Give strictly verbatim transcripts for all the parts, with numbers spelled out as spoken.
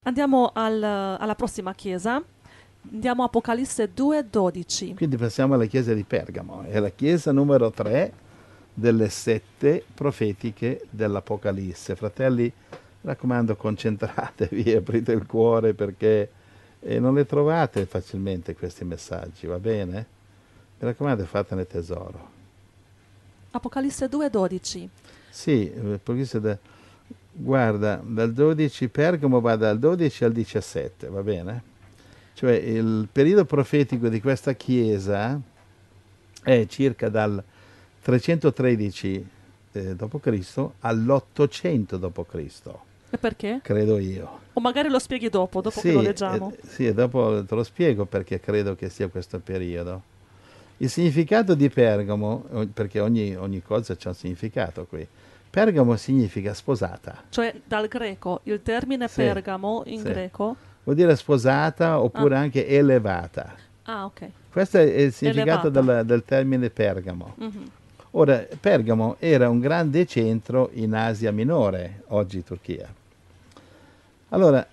Andiamo al- alla prossima chiesa. Andiamo a Apocalisse due dodici. Quindi passiamo alla chiesa di Pergamo. È la chiesa numero tre delle sette profetiche dell'Apocalisse. Fratelli, mi raccomando, concentratevi, aprite il cuore perché eh, non le trovate facilmente questi messaggi, va bene? Mi raccomando, fatene tesoro. Apocalisse due dodici. Sì, eh, Apocalisse da- guarda, dal dodici Pergamo va dal dodici al diciassette, va bene? Cioè il periodo profetico di questa chiesa è circa dal trecentotredici eh, dopo Cristo all'ottocento dopo Cristo, E perché? credo io. O magari lo spieghi dopo, dopo che lo Sì, eh, leggiamo. sì, e dopo te lo spiego perché credo che sia questo periodo. Il significato di Pergamo, o- perché ogni, ogni cosa c'ha un significato qui. Pergamo significa sposata. Cioè, dal greco, il termine Sì, Pergamo in sì. greco. Vuol dire sposata Ah, oppure anche elevata. ah, ok. Questo è il significato Elevata. del, del termine Pergamo. Mhm. Ora, Pergamo era un grande centro in Asia Minore, oggi Turchia. Allora,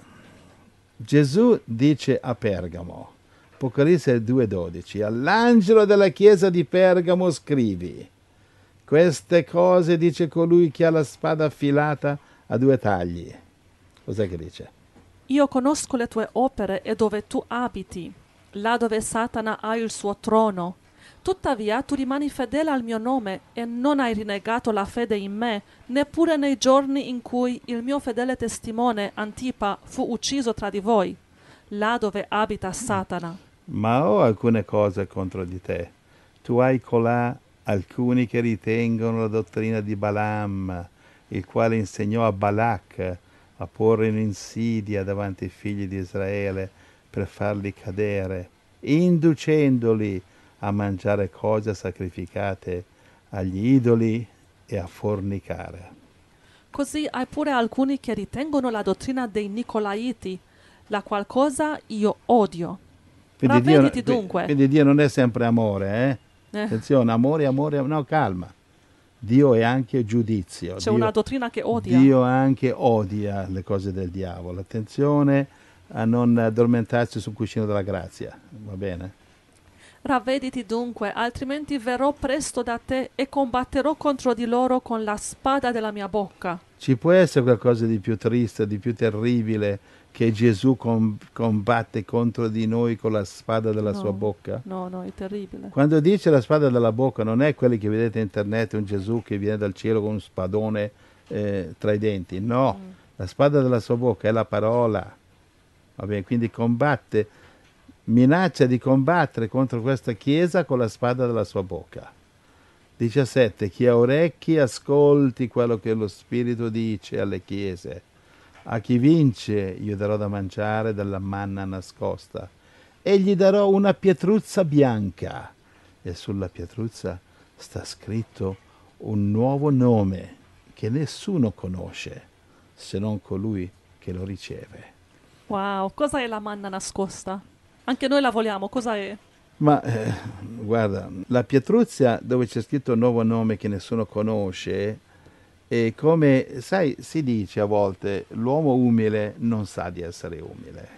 Gesù dice a Pergamo, Apocalisse due dodici, all'angelo della chiesa di Pergamo scrivi, queste cose dice colui che ha la spada affilata a due tagli. Cos'è che dice? Io conosco le tue opere e dove tu abiti, là dove Satana ha il suo trono. Tuttavia tu rimani fedele al mio nome e non hai rinnegato la fede in me, neppure nei giorni in cui il mio fedele testimone Antipa fu ucciso tra di voi, là dove abita Satana. Ma ho alcune cose contro di te. Tu hai colà alcuni che ritengono la dottrina di Balaam, il quale insegnò a Balak a porre in insidia davanti ai figli di Israele per farli cadere, inducendoli a mangiare cose sacrificate agli idoli e a fornicare. Così hai pure alcuni che ritengono la dottrina dei Nicolaiti, la qual cosa io odio. Quindi Dio, Ravvediti dunque. quindi Dio non è sempre amore, eh? Eh, Attenzione, amore, amore, no, calma. Dio è anche giudizio, c'è una Dio, dottrina che odia. Dio anche odia le cose del diavolo. Attenzione a non addormentarsi sul cuscino della grazia, va bene? Ravvediti dunque, altrimenti verrò presto da te e combatterò contro di loro con la spada della mia bocca. Ci può essere qualcosa di più triste, di più terribile che Gesù com- combatte contro di noi con la spada della sua No, bocca? no, no, è terribile. Quando dice la spada della bocca non è quelli che vedete in internet, un Gesù che viene dal cielo con un spadone eh, tra i denti, no, Mm. la spada della sua bocca è la parola, va bene? Quindi combatte, minaccia di combattere contro questa chiesa con la spada della sua bocca. diciassette. Chi ha orecchi ascolti quello che lo Spirito dice alle chiese. A chi vince io darò da mangiare della manna nascosta e gli darò una pietruzza bianca e sulla pietruzza sta scritto un nuovo nome che nessuno conosce se non colui che lo riceve. Wow, cosa è la manna nascosta? Anche noi la vogliamo, cosa è? Ma eh, guarda, la pietruzza dove c'è scritto un nuovo nome che nessuno conosce, è come, sai, si dice a volte, l'uomo umile non sa di essere umile.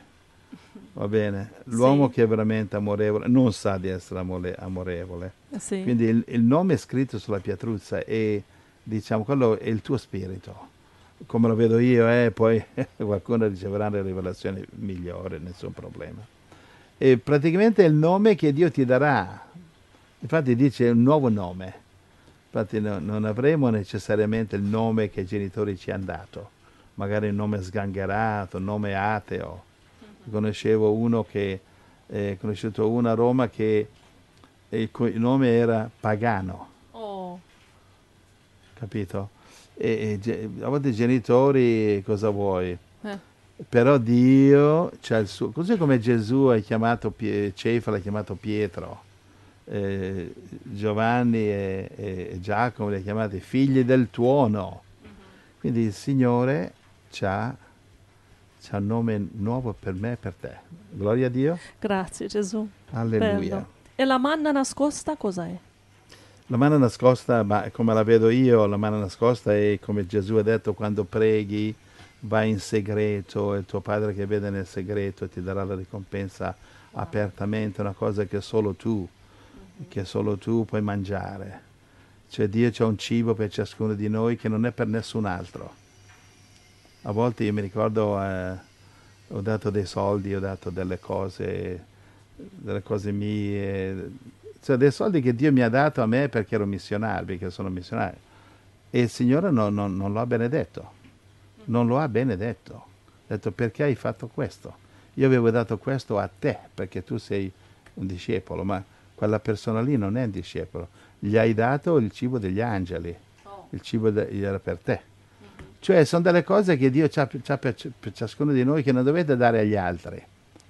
Va bene? L'uomo Sì, che è veramente amorevole non sa di essere amore- amorevole. eh sì. Quindi il, il nome scritto sulla pietruzza è, diciamo, quello è il tuo spirito. Come lo vedo io, eh, poi qualcuno riceverà le rivelazioni migliori, nessun problema. E praticamente è il nome che Dio ti darà. Infatti dice un nuovo nome. Infatti no- non avremo necessariamente il nome che i genitori ci hanno dato. Magari un nome sgangherato, un nome ateo. Conoscevo uno che, eh, conosciuto uno a Roma che il, co- il nome era Pagano, Oh, capito? E, e ge- a volte i genitori, cosa vuoi? eh, Però Dio c'ha il suo, così come Gesù ha chiamato Pie- Cefa, l'ha chiamato Pietro, eh, Giovanni e, e Giacomo li ha chiamati figli del tuono. Quindi il Signore c'ha, c'ha un nome nuovo per me e per te. Gloria a Dio. grazie Gesù. Alleluia. Bello. E la manna nascosta cos'è? La mano nascosta, ma come la vedo io, la mano nascosta è come Gesù ha detto quando preghi, vai in segreto, e il tuo padre che vede nel segreto ti darà la ricompensa apertamente, una cosa che solo tu, che solo tu puoi mangiare. Cioè Dio c'ha un cibo per ciascuno di noi che non è per nessun altro. A volte io mi ricordo, eh, ho dato dei soldi, ho dato delle cose, delle cose mie, cioè dei soldi che Dio mi ha dato a me perché ero missionario, perché sono missionario. E il Signore non, non, non lo ha benedetto, non lo ha benedetto. Ha detto: perché hai fatto questo? Io avevo dato questo a te perché tu sei un discepolo, ma quella persona lì non è un discepolo. Gli hai dato il cibo degli angeli, il cibo de- era per te. Cioè sono delle cose che Dio ha per, per ciascuno di noi che non dovete dare agli altri.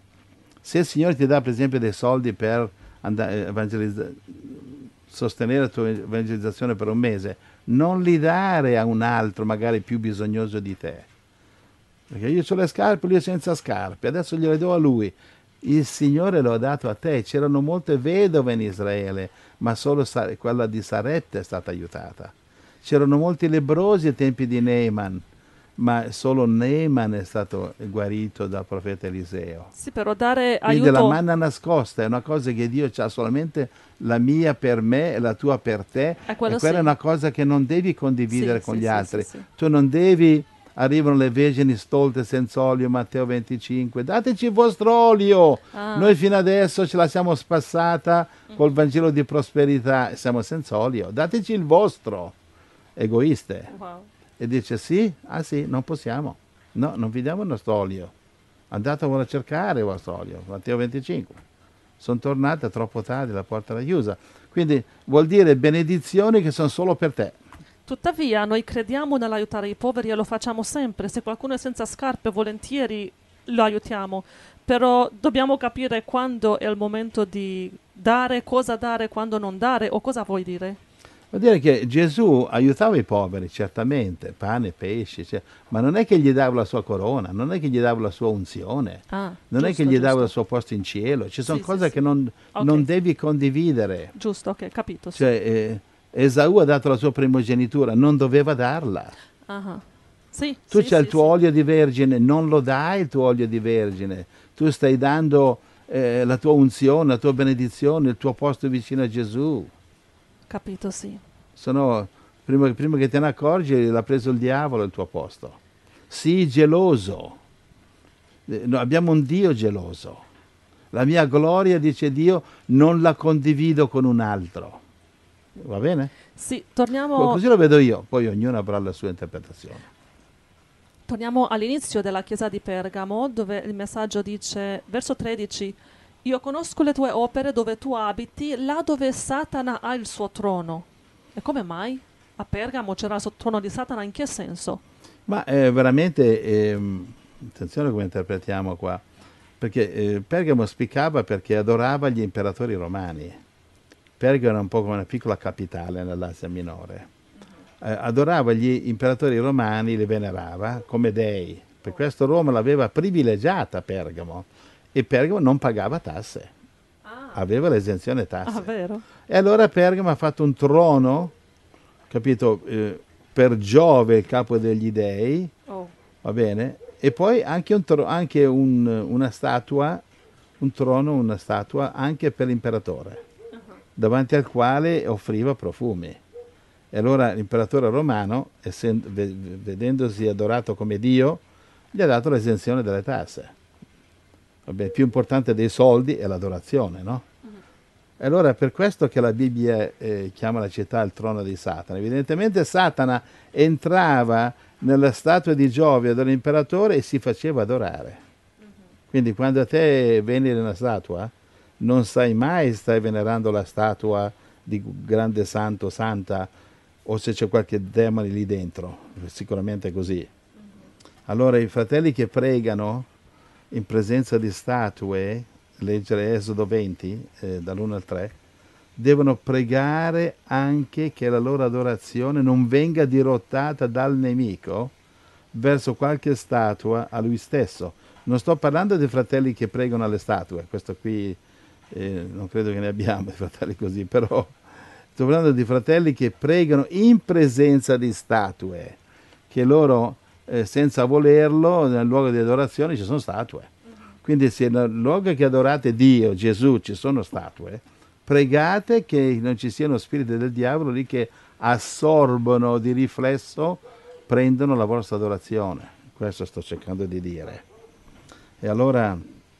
Se il Signore ti dà per esempio dei soldi per andare, evangelizza- sostenere la tua evangelizzazione per un mese, non li dare a un altro magari più bisognoso di te. Perché io ho le scarpe, lui è senza scarpe, adesso gliele do a lui. Il Signore lo ha dato a te. C'erano molte vedove in Israele, ma solo quella di Saretta è stata aiutata. C'erano molti lebbrosi ai tempi di Naaman, ma solo Naaman è stato guarito dal profeta Eliseo. Sì, però dare Quindi aiuto... la manna nascosta è una cosa che Dio ha solamente, la mia per me e la tua per te, È e quello quella sì. è una cosa che non devi condividere Sì, con sì, gli sì, altri. sì, sì. Tu non devi... Arrivano le vergini stolte senza olio, Matteo venticinque, dateci il vostro olio. Ah. Noi fino adesso ce la siamo spassata col Vangelo di prosperità, siamo senza olio, dateci il vostro. Egoiste. Wow. E dice: sì, ah sì, non possiamo, no, non vi diamo il nostro olio, andatevelo a cercare il vostro olio. Matteo venticinque. Sono tornate troppo tardi, la porta era chiusa. Quindi vuol dire benedizioni che sono solo per te. Tuttavia noi crediamo nell'aiutare i poveri e lo facciamo sempre. Se qualcuno è senza scarpe, volentieri lo aiutiamo. Però dobbiamo capire quando è il momento di dare, cosa dare, quando non dare, o cosa vuoi dire? Vuol dire che Gesù aiutava i poveri, certamente, pane e pesci, cioè, ma non è che gli dava la sua corona, non è che gli dava la sua unzione, Ah, non giusto, è che gli giusto. dava il suo posto in cielo. Ci sono Sì, cose sì, che sì. non, Ok. non devi condividere. Giusto, ok, capito. Sì. Cioè, eh, Esaù ha dato la sua primogenitura, non doveva darla. Ah, sì, Tu sì, c'hai il sì, tuo sì. olio di vergine, non lo dai il tuo olio di vergine. Tu stai dando eh, la tua unzione, la tua benedizione, il tuo posto vicino a Gesù. Capito, sì. Se no, prima, prima che te ne accorgi, l'ha preso il diavolo il tuo posto. Sii geloso. Eh, no, abbiamo un Dio geloso. La mia gloria, dice Dio, non la condivido con un altro. Va bene? Sì, torniamo, Così lo vedo io, poi ognuno avrà la sua interpretazione. torniamo all'inizio della chiesa di Pergamo, dove il messaggio dice, verso tredici, io conosco le tue opere dove tu abiti, là dove Satana ha il suo trono. E come mai? A Pergamo c'era il trono di Satana, in che senso? Ma eh, veramente, ehm, attenzione come interpretiamo qua, perché eh, Pergamo spiccava perché adorava gli imperatori romani. Pergamo era un po' come una piccola capitale nell'Asia Minore. Eh, adorava gli imperatori romani, li venerava come dei. Per questo Roma l'aveva privilegiata Pergamo, e Pergamo non pagava tasse, Ah, aveva l'esenzione tasse. ah vero? E allora Pergamo ha fatto un trono, capito, eh, per Giove, il capo degli dei, Oh, va bene? E poi anche, un tro- anche un- una statua, un trono, una statua anche per l'imperatore, davanti al quale offriva profumi. E allora l'imperatore romano, essendo, ve- vedendosi adorato come Dio, gli ha dato l'esenzione delle tasse. Vabbè, più importante dei soldi è l'adorazione, no? E allora è per questo che la Bibbia eh, chiama la città il trono di Satana. Evidentemente Satana entrava nella statua di Giove dell'imperatore e si faceva adorare. Quindi quando a te veneri una statua, non sai mai se stai venerando la statua di grande santo, santa, o se c'è qualche demone lì dentro. Sicuramente è così. Allora i fratelli che pregano in presenza di statue, leggere Esodo venti, eh, dall'uno al tre, devono pregare anche che la loro adorazione non venga dirottata dal nemico verso qualche statua a lui stesso. Non sto parlando di fratelli che pregano alle statue, questo qui eh, non credo che ne abbiamo di fratelli così, però sto parlando di fratelli che pregano in presenza di statue, che loro eh, senza volerlo, nel luogo di adorazione ci sono statue. Quindi se nel luogo che adorate Dio, Gesù, ci sono statue, pregate che non ci siano spiriti del diavolo lì che assorbono di riflesso, prendono la vostra adorazione. Questo sto cercando di dire. E allora,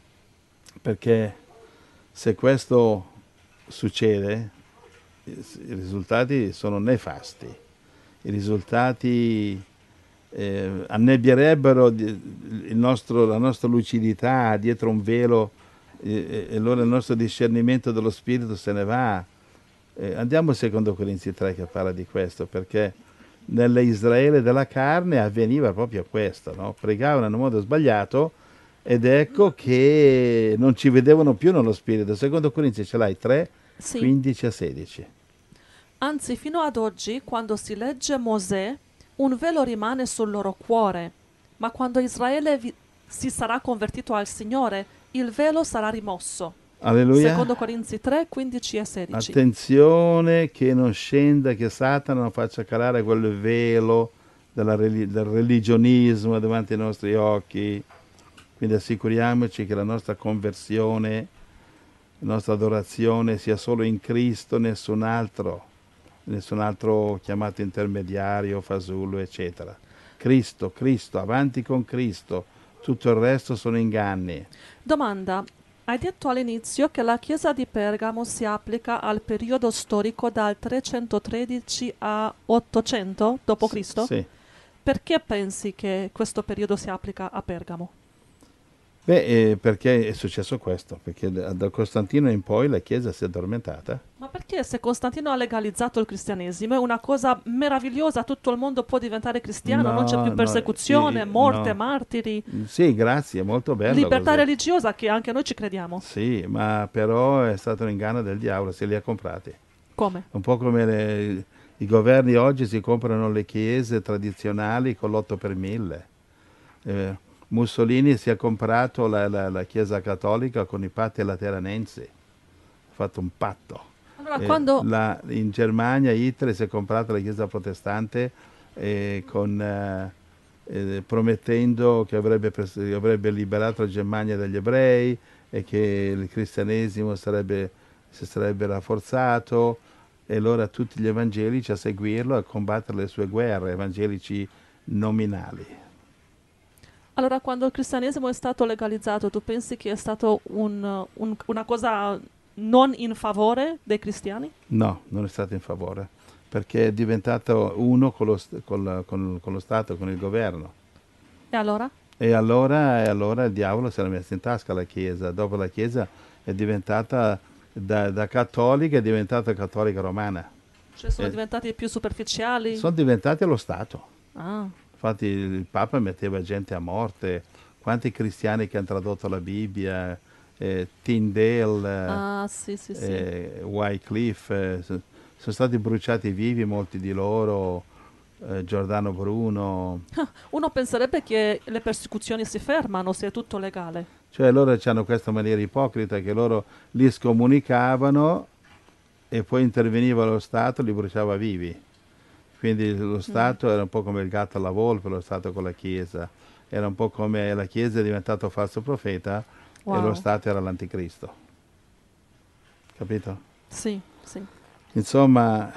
perché se questo succede, i risultati sono nefasti. I risultati eh, annebbierebbero il nostro, la nostra lucidità dietro un velo, e, e allora il nostro discernimento dello spirito se ne va. Eh, andiamo a secondo Corinzi tre che parla di questo, perché nell'Israele della carne avveniva proprio questo, no? Pregavano in un modo sbagliato ed ecco che non ci vedevano più nello spirito. Secondo Corinzi ce l'hai tre, Sì. quindici a sedici. Anzi, fino ad oggi, quando si legge Mosè, un velo rimane sul loro cuore, ma quando Israele vi- si sarà convertito al Signore, il velo sarà rimosso. Alleluia. Secondo Corinzi tre, quindici e sedici. Attenzione che non scenda, che Satana non faccia calare quel velo della reli- del religionismo davanti ai nostri occhi. Quindi assicuriamoci che la nostra conversione, la nostra adorazione sia solo in Cristo, nessun altro, nessun altro chiamato intermediario, fasullo, eccetera. Cristo, Cristo, avanti con Cristo, tutto il resto sono inganni. Domanda. Hai detto all'inizio che la chiesa di Pergamo si applica al periodo storico dal trecentotredici a ottocento dopo Cristo? Sì. Perché pensi che questo periodo si applica a Pergamo? Beh, eh, perché è successo questo? Perché da da Costantino in poi la Chiesa si è addormentata. Ma perché se Costantino ha legalizzato il cristianesimo è una cosa meravigliosa, tutto il mondo può diventare cristiano, non c'è No, più no, persecuzione, eh, morte, no. martiri, Sì, grazie, molto bello libertà così. religiosa che anche noi ci crediamo. Sì, ma però è stato un inganno del diavolo, se li ha comprati. Come? Un po' come le- i governi oggi si comprano le chiese tradizionali con l'otto per mille. Eh, Mussolini si è comprato la, la- la Chiesa cattolica con i patti lateranensi, ha fatto un patto. Allora, Eh, quando... la- in Germania Hitler si è comprato la Chiesa protestante eh, con, eh, eh, promettendo che avrebbe, pres- avrebbe liberato la Germania dagli ebrei e che il cristianesimo sarebbe, si sarebbe rafforzato, e allora tutti gli evangelici a seguirlo, a combattere le sue guerre, evangelici nominali. Allora, quando il cristianesimo è stato legalizzato, tu pensi che è stato un- un- una cosa non in favore dei cristiani? No, non è stato in favore, perché è diventato uno con lo, st- col- con- con lo Stato, con il governo. E allora? E allora, e allora il diavolo si era messo in tasca la Chiesa. Dopo la Chiesa è diventata, da, da cattolica, è diventata cattolica romana. Cioè sono Eh, diventati più superficiali? sono diventati lo Stato. Ah, Infatti il Papa metteva gente a morte. Quanti cristiani che hanno tradotto la Bibbia, eh, Tyndale, ah, sì, sì, sì. eh, Wycliffe, eh, so- sono stati bruciati vivi molti di loro, eh, Giordano Bruno. Uno penserebbe che le persecuzioni si fermano se è tutto legale. Cioè loro hanno questa maniera ipocrita che loro li scomunicavano e poi interveniva lo Stato e li bruciava vivi. Quindi lo Stato era un po' come il gatto alla volpe, lo Stato con la Chiesa. Era un po' come la Chiesa è diventato falso profeta e lo Wow. Stato era l'anticristo. Capito? Sì, sì. Insomma,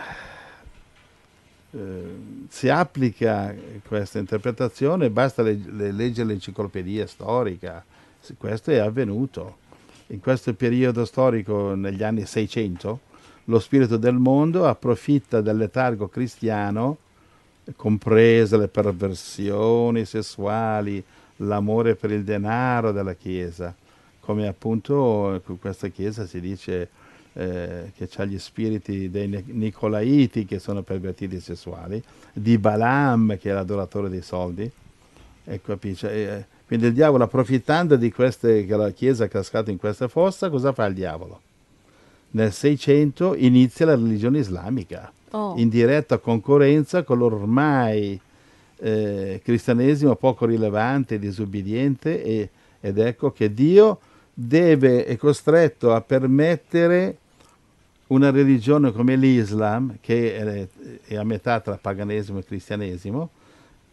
eh, si applica questa interpretazione, basta le- le- leggere l'enciclopedia storica. Se questo è avvenuto. In questo periodo storico, negli anni seicento, lo spirito del mondo approfitta del letargo cristiano, comprese le perversioni sessuali, l'amore per il denaro della Chiesa, come appunto in questa Chiesa si dice eh, che c'ha gli spiriti dei Ne- Nicolaiti che sono pervertiti sessuali, di Balaam che è l'adoratore dei soldi, e capisce? E, quindi il diavolo, approfittando di queste, che la Chiesa è cascata in questa fossa, cosa fa il diavolo? Nel seicento inizia la religione islamica, Oh, in diretta concorrenza con l'ormai eh, cristianesimo poco rilevante, disobbediente, e, ed ecco che Dio deve, è costretto a permettere una religione come l'Islam, che è, è a metà tra paganesimo e cristianesimo,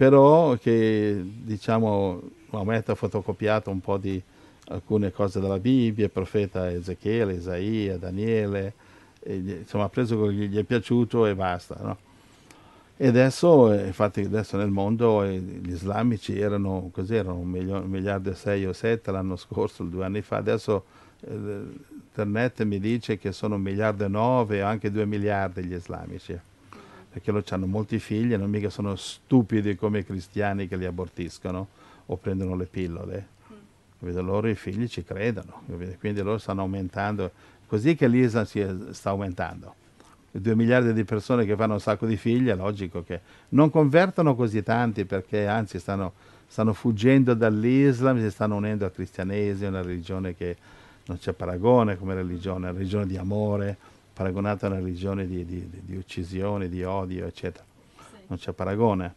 però che diciamo Maometto ha fotocopiato un po' di alcune cose della Bibbia, il profeta Ezechiele, Isaia, Daniele, e, insomma ha preso quello che gli è piaciuto e basta, no? E adesso, eh, infatti adesso nel mondo eh, gli islamici erano, così, erano un, milio- un miliardo e sei o sette l'anno scorso, due anni fa, adesso eh, internet mi dice che sono un miliardo e nove o anche due miliardi gli islamici, perché loro hanno molti figli e non mica sono stupidi come i cristiani che li abortiscono o prendono le pillole. Capito? Loro i figli ci credono, capito? Quindi loro stanno aumentando, così che l'Islam si è- sta aumentando. Due miliardi di persone che fanno un sacco di figli, è logico che non convertono così tanti, perché anzi stanno, stanno fuggendo dall'Islam, si stanno unendo al cristianesimo, una religione che non c'è paragone come religione, una religione di amore, paragonata a una religione di, di, di- di uccisione, di odio, eccetera. Non c'è paragone.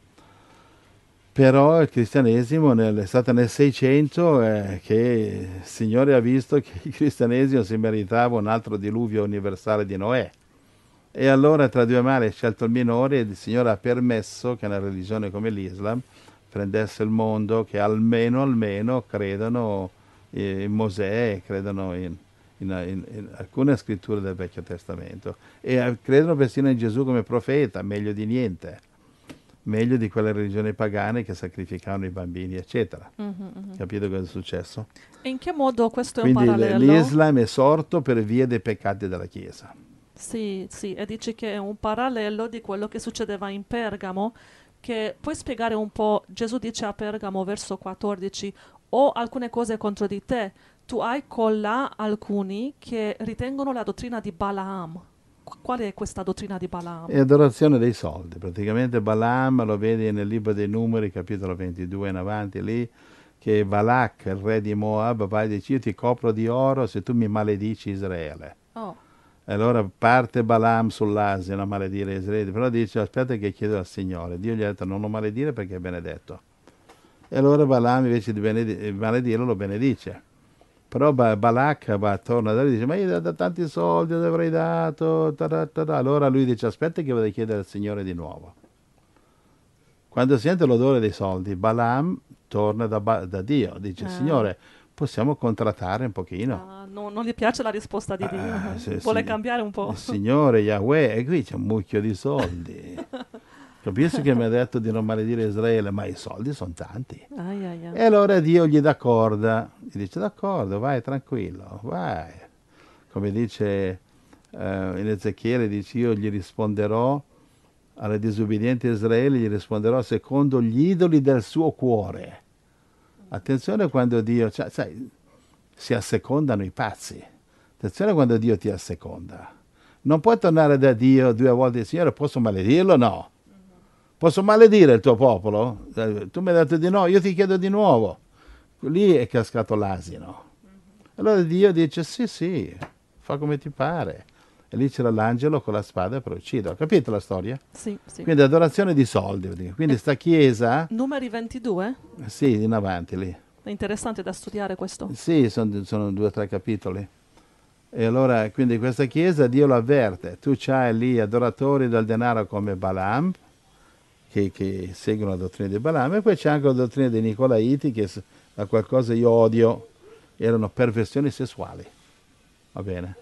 Però il cristianesimo nel- è stato nel seicento eh, che il Signore ha visto che il cristianesimo si meritava un altro diluvio universale di Noè. E allora tra due mari ha scelto il minore, e il Signore ha permesso che una religione come l'Islam prendesse il mondo, che almeno, almeno credono eh, in Mosè, credono in, in- in- in alcune scritture del Vecchio Testamento e eh, credono persino in Gesù come profeta, meglio di niente, meglio di quelle religioni pagane che sacrificavano i bambini, eccetera. Mhm, mhm. Capito cosa è successo? E in che modo questo è un Quindi l- parallelo? l'Islam è sorto per via dei peccati della Chiesa. Sì, sì, e dici che è un parallelo di quello che succedeva in Pergamo, che puoi spiegare un po', Gesù dice a Pergamo, verso quattordici, ho alcune cose contro di te, tu hai con là alcuni che ritengono la dottrina di Balaam. Qu- Qual è questa dottrina di Balaam? È adorazione dei soldi. Praticamente Balaam lo vedi nel libro dei Numeri, capitolo ventidue in avanti, lì, che Balak, il re di Moab, va e dice io ti copro di oro se tu mi maledici Israele. Oh, E allora parte Balaam sull'asino a maledire Israele, però dice aspetta che chiedo al Signore. Dio gli ha detto non lo maledire perché è benedetto. E allora Balaam invece di benedi- maledirlo lo benedice. Però Ba- Balak va attorno a lui e dice ma io da, da tanti soldi ti avrei dato, ta-da, ta-da." Allora lui dice aspetta che vado a chiedere al Signore di nuovo. Quando sente l'odore dei soldi, Balaam torna da, Ba- da Dio, dice eh, Signore possiamo contrattare un pochino. ah, no- non gli piace la risposta di Dio, Ah, eh. se- Vuole si- cambiare un po'. il Signore Yahweh, e qui c'è un mucchio di soldi. Capisci che mi ha detto di non maledire Israele, ma i soldi sono tanti. Ai, ai, ai. E allora Dio gli dà corda, gli dice d'accordo, vai tranquillo, vai. Come dice eh, in Ezechiele, dice io gli risponderò alle disobbedienti Israele, gli risponderò secondo gli idoli del suo cuore. Attenzione quando Dio, cioè, sai, si assecondano i pazzi. Attenzione quando Dio ti asseconda. Non puoi tornare da Dio due volte e dire, Signore, posso maledirlo? No. Posso maledire il tuo popolo? Eh, Tu mi hai detto di no, io ti chiedo di nuovo. Lì è cascato l'asino. Allora Dio dice sì, sì, fa come ti pare. E lì c'era l'angelo con la spada per ucciderlo. Capito la storia? Sì, sì. Quindi adorazione di soldi. vuol dire. Quindi sta chiesa, Numeri ventidue? sì, in avanti lì. È interessante da studiare questo. Sì, sono, sono due o tre capitoli. E allora, quindi questa chiesa Dio lo avverte. Tu c'hai lì adoratori del denaro come Balaam, che, che seguono la dottrina di Balaam, e poi c'è anche la dottrina dei Nicolaiti, che s- a qualcosa io odio, erano perversioni sessuali. Va bene?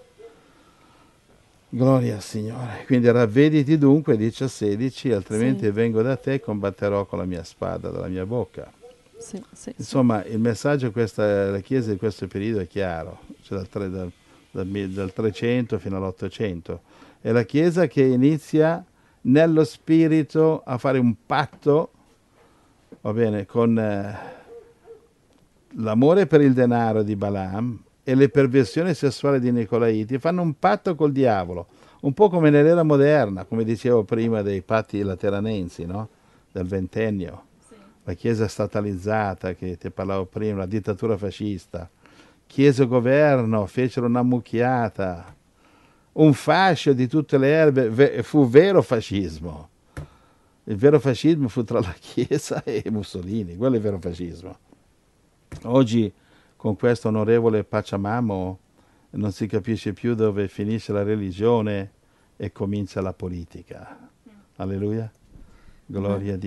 Gloria al Signore. Quindi ravvediti dunque, dice a sedici, altrimenti Sì. vengo da te e combatterò con la mia spada dalla mia bocca. Sì, sì, sì. Insomma, il messaggio di questa, la Chiesa di questo periodo è chiaro, cioè dal, tre- dal- dal mi- dal trecento fino all'ottocento. È la Chiesa che inizia nello spirito a fare un patto, va bene, con eh, l'amore per il denaro di Balaam e le perversioni sessuali di Nicolaiti, fanno un patto col diavolo, un po' come nell'era moderna, come dicevo prima dei patti lateranensi, no? Del ventennio. La Chiesa statalizzata, che ti parlavo prima, la dittatura fascista. Chiesa e governo fecero una mucchiata, un fascio di tutte le erbe, ve- fu vero fascismo. Il vero fascismo fu tra la Chiesa e Mussolini, quello è il vero fascismo. Oggi con questo onorevole Pacciamamo non si capisce più dove finisce la religione e comincia la politica. Alleluia. Gloria a Dio.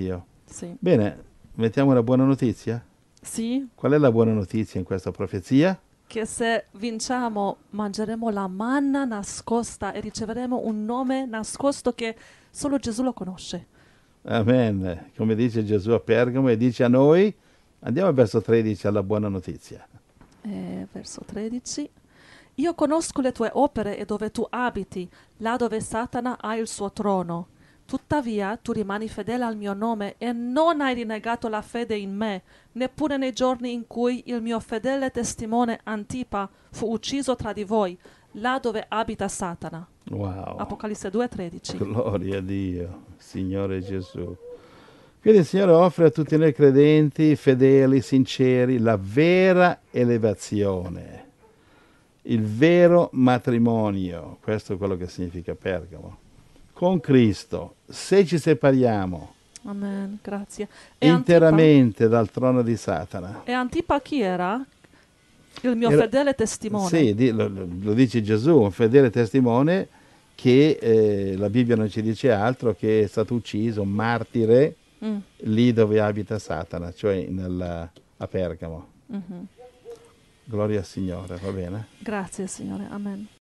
Sì. Bene, mettiamo una buona notizia? Sì, Qual è la buona notizia in questa profezia? che se vinciamo mangeremo la manna nascosta e riceveremo un nome nascosto che solo Gesù lo conosce. Amen. Come dice Gesù a Pergamo e dice a noi, andiamo al verso tredici alla buona notizia. Eh, verso tredici. Io conosco le tue opere e dove tu abiti, là dove Satana ha il suo trono. Tuttavia tu rimani fedele al mio nome e non hai rinnegato la fede in me, neppure nei giorni in cui il mio fedele testimone Antipa fu ucciso tra di voi, là dove abita Satana. Wow. Apocalisse due tredici. Gloria a Dio, Signore Gesù. Quindi il Signore offre a tutti noi credenti, fedeli, sinceri, la vera elevazione, il vero matrimonio. Questo è quello che significa Pergamo. Con Cristo, se ci separiamo Amen, grazie. E interamente Antipa, dal trono di Satana. E Antipa chi era? Il mio Era, fedele testimone. Sì, lo, lo dice Gesù, un fedele testimone che eh, la Bibbia non ci dice altro, che è stato ucciso, un martire, mm. lì dove abita Satana, cioè nella, a Pergamo. Mm-hmm. Gloria al Signore, va bene? Grazie Signore, amen.